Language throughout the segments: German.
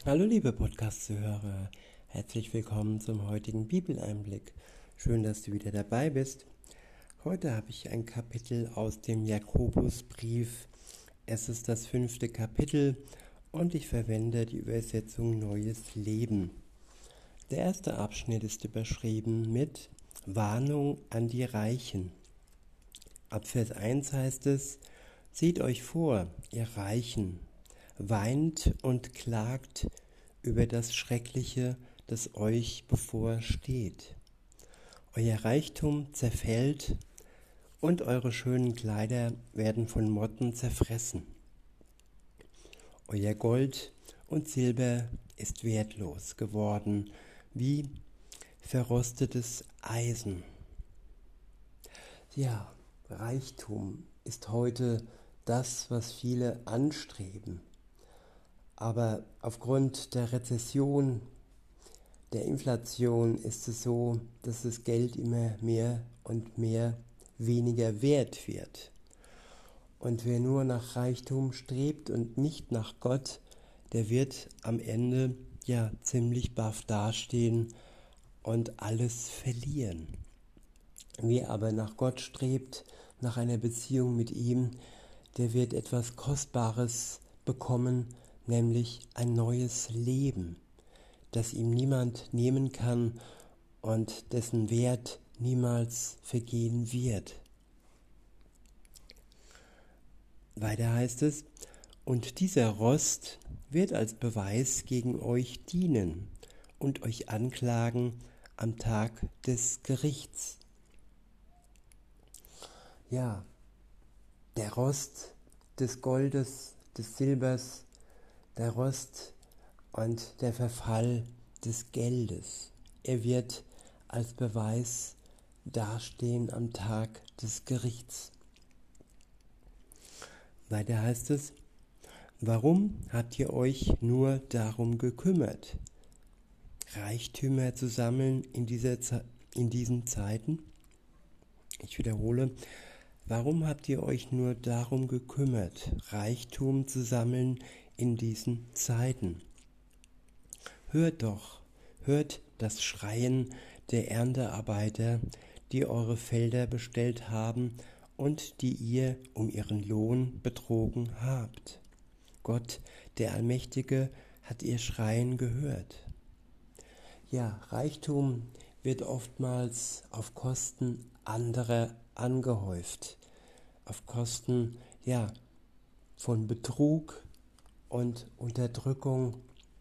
Hallo liebe Podcast-Zuhörer, herzlich willkommen zum heutigen Bibeleinblick. Schön, dass du wieder dabei bist. Heute habe ich ein Kapitel aus dem Jakobusbrief. Es ist das 5. Kapitel und ich verwende die Übersetzung Neues Leben. Der erste Abschnitt ist überschrieben mit Warnung an die Reichen. Ab Vers 1 heißt es: Seht euch vor, ihr Reichen, weint und klagt über das Schreckliche, das euch bevorsteht. Euer Reichtum zerfällt und eure schönen Kleider werden von Motten zerfressen. Euer Gold und Silber ist wertlos geworden, wie verrostetes Eisen. Ja, Reichtum ist heute das, was viele anstreben. Aber aufgrund der Rezession, der Inflation ist es so, dass das Geld immer mehr und mehr weniger wert wird. Und wer nur nach Reichtum strebt und nicht nach Gott, der wird am Ende ja ziemlich baff dastehen und alles verlieren. Wer aber nach Gott strebt, nach einer Beziehung mit ihm, der wird etwas Kostbares bekommen, nämlich ein neues Leben, das ihm niemand nehmen kann und dessen Wert niemals vergehen wird. Weiter heißt es: Und dieser Rost wird als Beweis gegen euch dienen und euch anklagen am Tag des Gerichts. Ja, der Rost des Goldes, des Silbers, der Rost und der Verfall des Geldes. Er wird als Beweis dastehen am Tag des Gerichts. Weiter heißt es: Warum habt ihr euch nur darum gekümmert, Reichtümer zu sammeln in diesen Zeiten? Ich wiederhole: Warum habt ihr euch nur darum gekümmert, Reichtum zu sammeln in diesen Zeiten? Hört doch, hört das Schreien der Erntearbeiter, die eure Felder bestellt haben und die ihr um ihren Lohn betrogen habt. Gott, der Allmächtige, hat ihr Schreien gehört. Ja, Reichtum wird oftmals auf Kosten anderer angehäuft, auf Kosten, von Betrug und Unterdrückung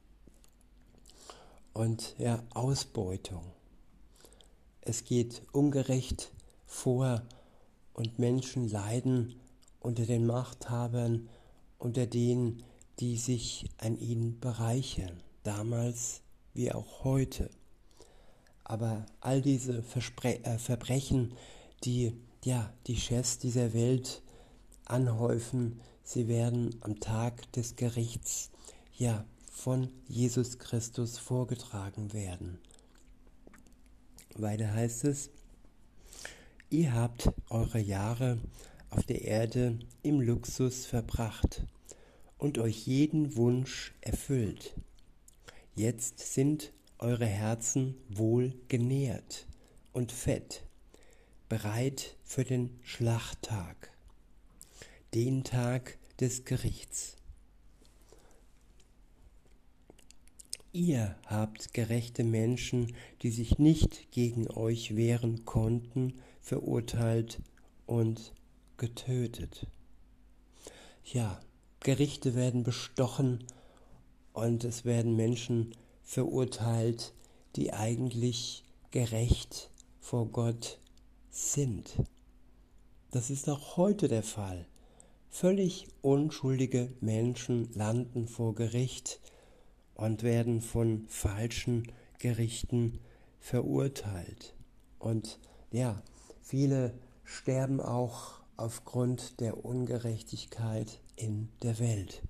und Ausbeutung. Es geht ungerecht vor und Menschen leiden unter den Machthabern, unter denen, die sich an ihnen bereichern, damals wie auch heute. Aber all diese Verbrechen, die die Chefs dieser Welt anhäufen, sie werden am Tag des Gerichts von Jesus Christus vorgetragen werden. Weiter heißt es: Ihr habt eure Jahre auf der Erde im Luxus verbracht und euch jeden Wunsch erfüllt. Jetzt sind eure Herzen wohl genährt und fett, bereit für den Schlachttag, den Tag des Gerichts. Ihr habt gerechte Menschen, die sich nicht gegen euch wehren konnten, verurteilt und getötet. Ja, Gerichte werden bestochen und es werden Menschen verurteilt, die eigentlich gerecht vor Gott sind. Das ist auch heute der Fall. Völlig unschuldige Menschen landen vor Gericht und werden von falschen Gerichten verurteilt. Und viele sterben auch aufgrund der Ungerechtigkeit in der Welt.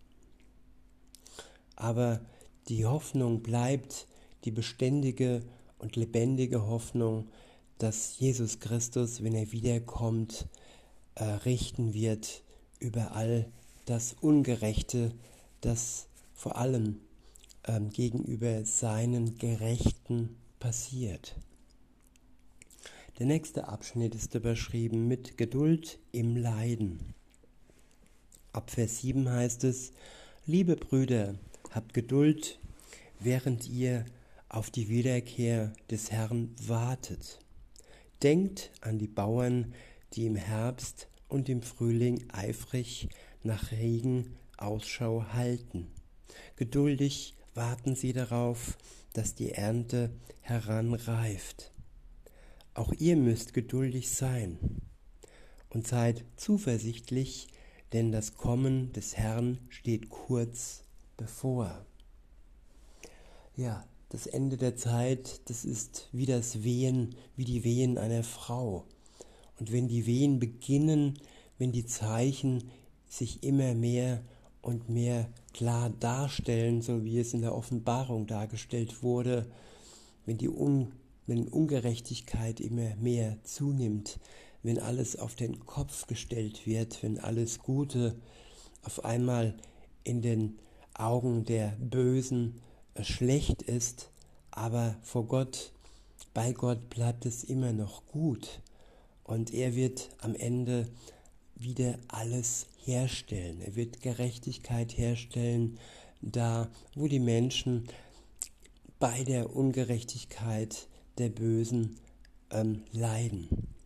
Aber die Hoffnung bleibt, die beständige und lebendige Hoffnung, dass Jesus Christus, wenn er wiederkommt, richten wird über all das Ungerechte, das vor allem gegenüber seinen Gerechten passiert. Der nächste Abschnitt ist überschrieben mit Geduld im Leiden. Ab Vers 7 heißt es: Liebe Brüder, habt Geduld, während ihr auf die Wiederkehr des Herrn wartet. Denkt an die Bauern, die im Herbst und im Frühling eifrig nach Regen Ausschau halten. Geduldig warten sie darauf, dass die Ernte heranreift. Auch ihr müsst geduldig sein und seid zuversichtlich, denn das Kommen des Herrn steht kurz bevor. Ja, das Ende der Zeit, das ist wie das Wehen, wie die Wehen einer Frau. Und wenn die Wehen beginnen, wenn die Zeichen sich immer mehr und mehr klar darstellen, so wie es in der Offenbarung dargestellt wurde, wenn Ungerechtigkeit immer mehr zunimmt, wenn alles auf den Kopf gestellt wird, wenn alles Gute auf einmal in den Augen der Bösen schlecht ist, aber vor Gott, bei Gott bleibt es immer noch gut und er wird am Ende wieder alles herstellen. Er wird Gerechtigkeit herstellen, da wo die Menschen bei der Ungerechtigkeit der Bösen leiden.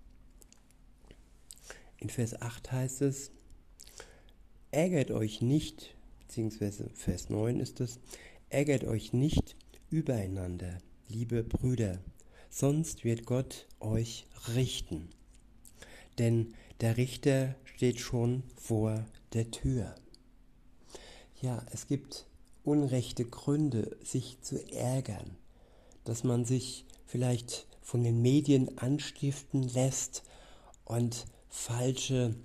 In Vers 8 heißt es: Ärgert euch nicht, beziehungsweise Vers 9 ist es: Ärgert euch nicht übereinander, liebe Brüder, sonst wird Gott euch richten. Denn der Richter steht schon vor der Tür. Ja, es gibt unrechte Gründe, sich zu ärgern, dass man sich vielleicht von den Medien anstiften lässt und falsche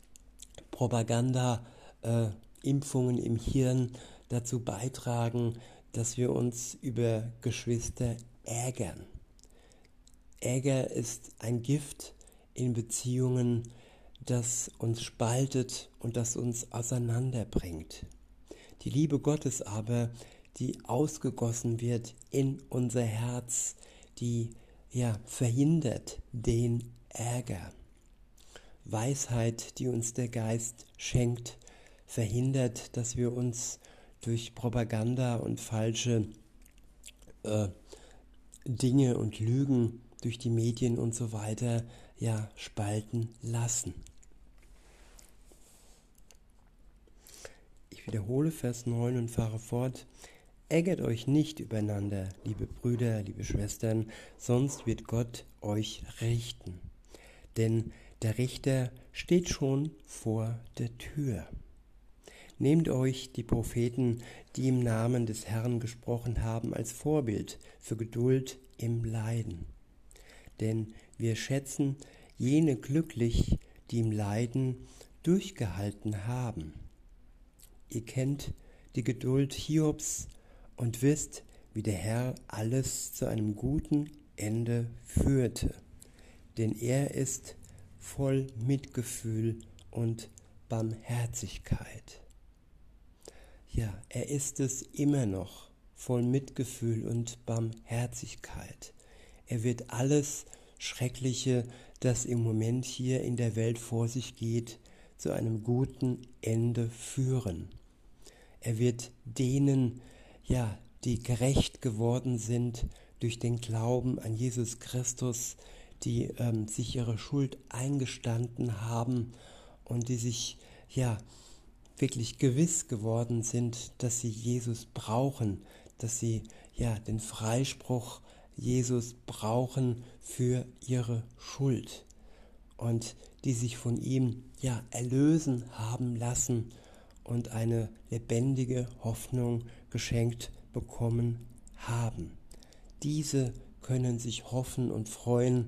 Propaganda-Impfungen im Hirn dazu beitragen, dass wir uns über Geschwister ärgern. Ärger ist ein Gift in Beziehungen, das uns spaltet und das uns auseinanderbringt. Die Liebe Gottes aber, die ausgegossen wird in unser Herz, die verhindert den Ärger. Weisheit, die uns der Geist schenkt, verhindert, dass wir uns durch Propaganda und falsche Dinge und Lügen durch die Medien und so weiter spalten lassen. Ich wiederhole Vers 9 und fahre fort. Ärgert euch nicht übereinander, liebe Brüder, liebe Schwestern, sonst wird Gott euch richten. Denn der Richter steht schon vor der Tür. Nehmt euch die Propheten, die im Namen des Herrn gesprochen haben, als Vorbild für Geduld im Leiden. Denn wir schätzen jene glücklich, die im Leiden durchgehalten haben. Ihr kennt die Geduld Hiobs und wisst, wie der Herr alles zu einem guten Ende führte. Denn er ist voll Mitgefühl und Barmherzigkeit. Ja, er ist es immer noch, voll Mitgefühl und Barmherzigkeit. Er wird alles Schreckliche, das im Moment hier in der Welt vor sich geht, zu einem guten Ende führen. Er wird denen, die gerecht geworden sind durch den Glauben an Jesus Christus, die sich ihre Schuld eingestanden haben und die sich wirklich gewiss geworden sind, dass sie Jesus brauchen, dass sie den Freispruch Jesus brauchen für ihre Schuld und die sich von ihm erlösen haben lassen und eine lebendige Hoffnung geschenkt bekommen haben. Diese können sich hoffen und freuen,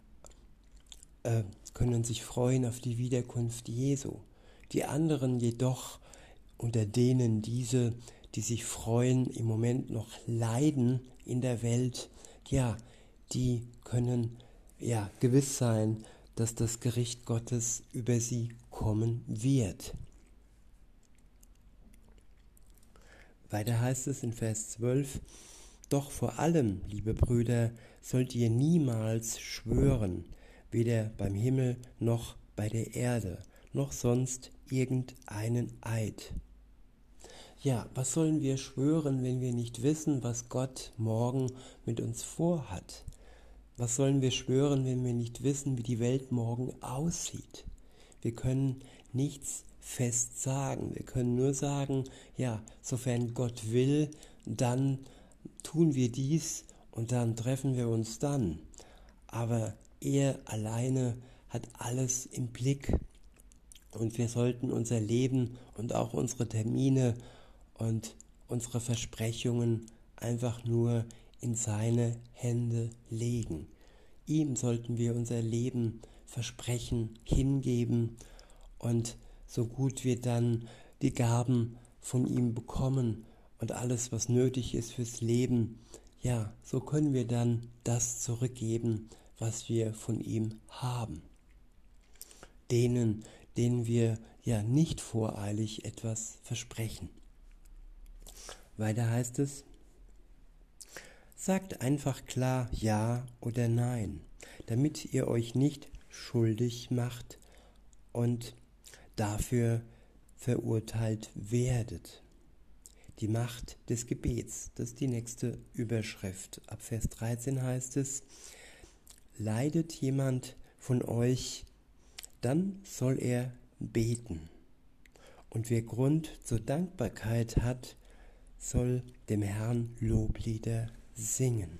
auf die Wiederkunft Jesu. Die anderen jedoch, unter denen diese, die sich freuen, im Moment noch leiden in der Welt, die können gewiss sein, dass das Gericht Gottes über sie kommen wird. Weiter heißt es in Vers 12, doch vor allem, liebe Brüder, sollt ihr niemals schwören, weder beim Himmel noch bei der Erde, noch sonst irgendeinen Eid. Ja, was sollen wir schwören, wenn wir nicht wissen, was Gott morgen mit uns vorhat? Was sollen wir schwören, wenn wir nicht wissen, wie die Welt morgen aussieht? Wir können nichts fest sagen. Wir können nur sagen, ja, sofern Gott will, dann tun wir dies und dann treffen wir uns dann. Aber er alleine hat alles im Blick und wir sollten unser Leben und auch unsere Termine und unsere Versprechungen einfach nur in seine Hände legen. Ihm sollten wir unser Leben versprechen, hingeben und so gut wir dann die Gaben von ihm bekommen und alles, was nötig ist fürs Leben, ja, so können wir dann das zurückgeben, was wir von ihm haben. Denen wir ja nicht voreilig etwas versprechen. Weiter heißt es, sagt einfach klar Ja oder Nein, damit ihr euch nicht schuldig macht und dafür verurteilt werdet. Die Macht des Gebets, das ist die nächste Überschrift. Ab Vers 13 heißt es, leidet jemand von euch, dann soll er beten. Und wer Grund zur Dankbarkeit hat, soll dem Herrn Loblieder singen.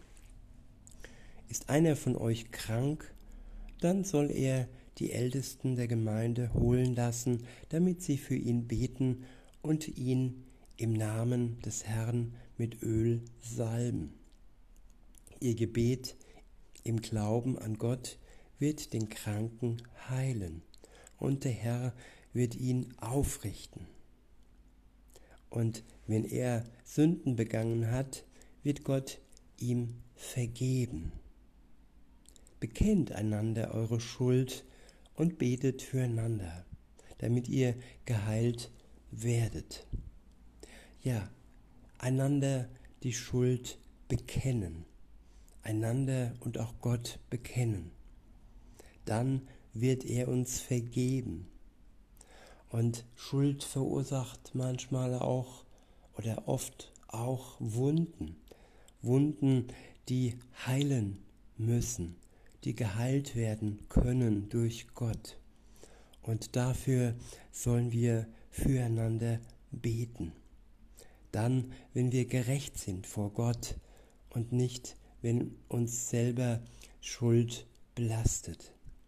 Ist einer von euch krank, dann soll er die Ältesten der Gemeinde holen lassen, damit sie für ihn beten und ihn im Namen des Herrn mit Öl salben. Ihr Gebet im Glauben an Gott wird den Kranken heilen und der Herr wird ihn aufrichten. Und wenn er Sünden begangen hat, wird Gott ihm vergeben. Bekennt einander eure Schuld und betet füreinander, damit ihr geheilt werdet. Ja, einander die Schuld bekennen, einander und auch Gott bekennen. Dann wird er uns vergeben. Und Schuld verursacht manchmal auch oder oft auch Wunden. Wunden, die heilen müssen, die geheilt werden können durch Gott. Und dafür sollen wir füreinander beten. Dann, wenn wir gerecht sind vor Gott und nicht, wenn uns selber Schuld belastet.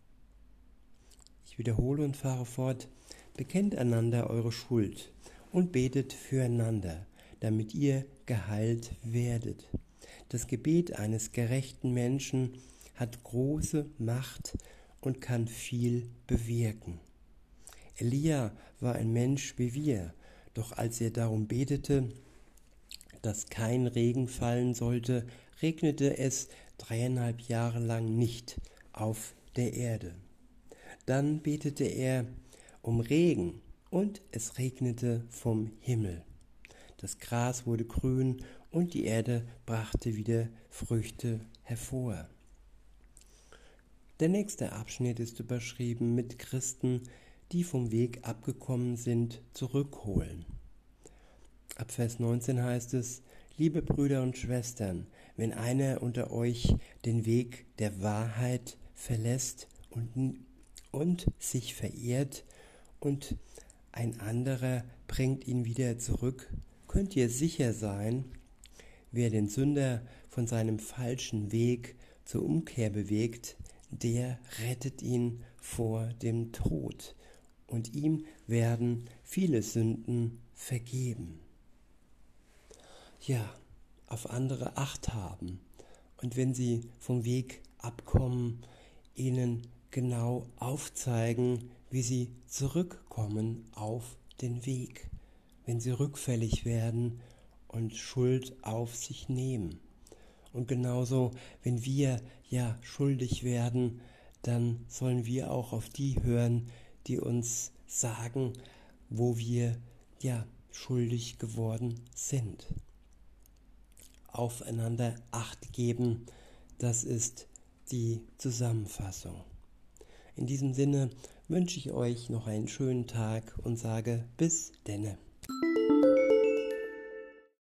Ich wiederhole und fahre fort. Bekennt einander eure Schuld und betet füreinander, damit ihr geheilt werdet. Das Gebet eines gerechten Menschen hat große Macht und kann viel bewirken. Elia war ein Mensch wie wir, doch als er darum betete, dass kein Regen fallen sollte, regnete es 3,5 Jahre lang nicht auf der Erde. Dann betete er um Regen und es regnete vom Himmel. Das Gras wurde grün und die Erde brachte wieder Früchte hervor. Der nächste Abschnitt ist überschrieben mit Christen, die vom Weg abgekommen sind, zurückholen. Ab Vers 19 heißt es, liebe Brüder und Schwestern, wenn einer unter euch den Weg der Wahrheit verlässt und sich verirrt und ein anderer bringt ihn wieder zurück, könnt ihr sicher sein, wer den Sünder von seinem falschen Weg zur Umkehr bewegt, der rettet ihn vor dem Tod und ihm werden viele Sünden vergeben. Ja, auf andere Acht haben und wenn sie vom Weg abkommen, ihnen genau aufzeigen, wie sie zurückkommen auf den Weg, wenn sie rückfällig werden und Schuld auf sich nehmen. Und genauso, wenn wir ja schuldig werden, dann sollen wir auch auf die hören, die uns sagen, wo wir ja schuldig geworden sind. Aufeinander Acht geben, das ist die Zusammenfassung. In diesem Sinne wünsche ich euch noch einen schönen Tag und sage bis denne.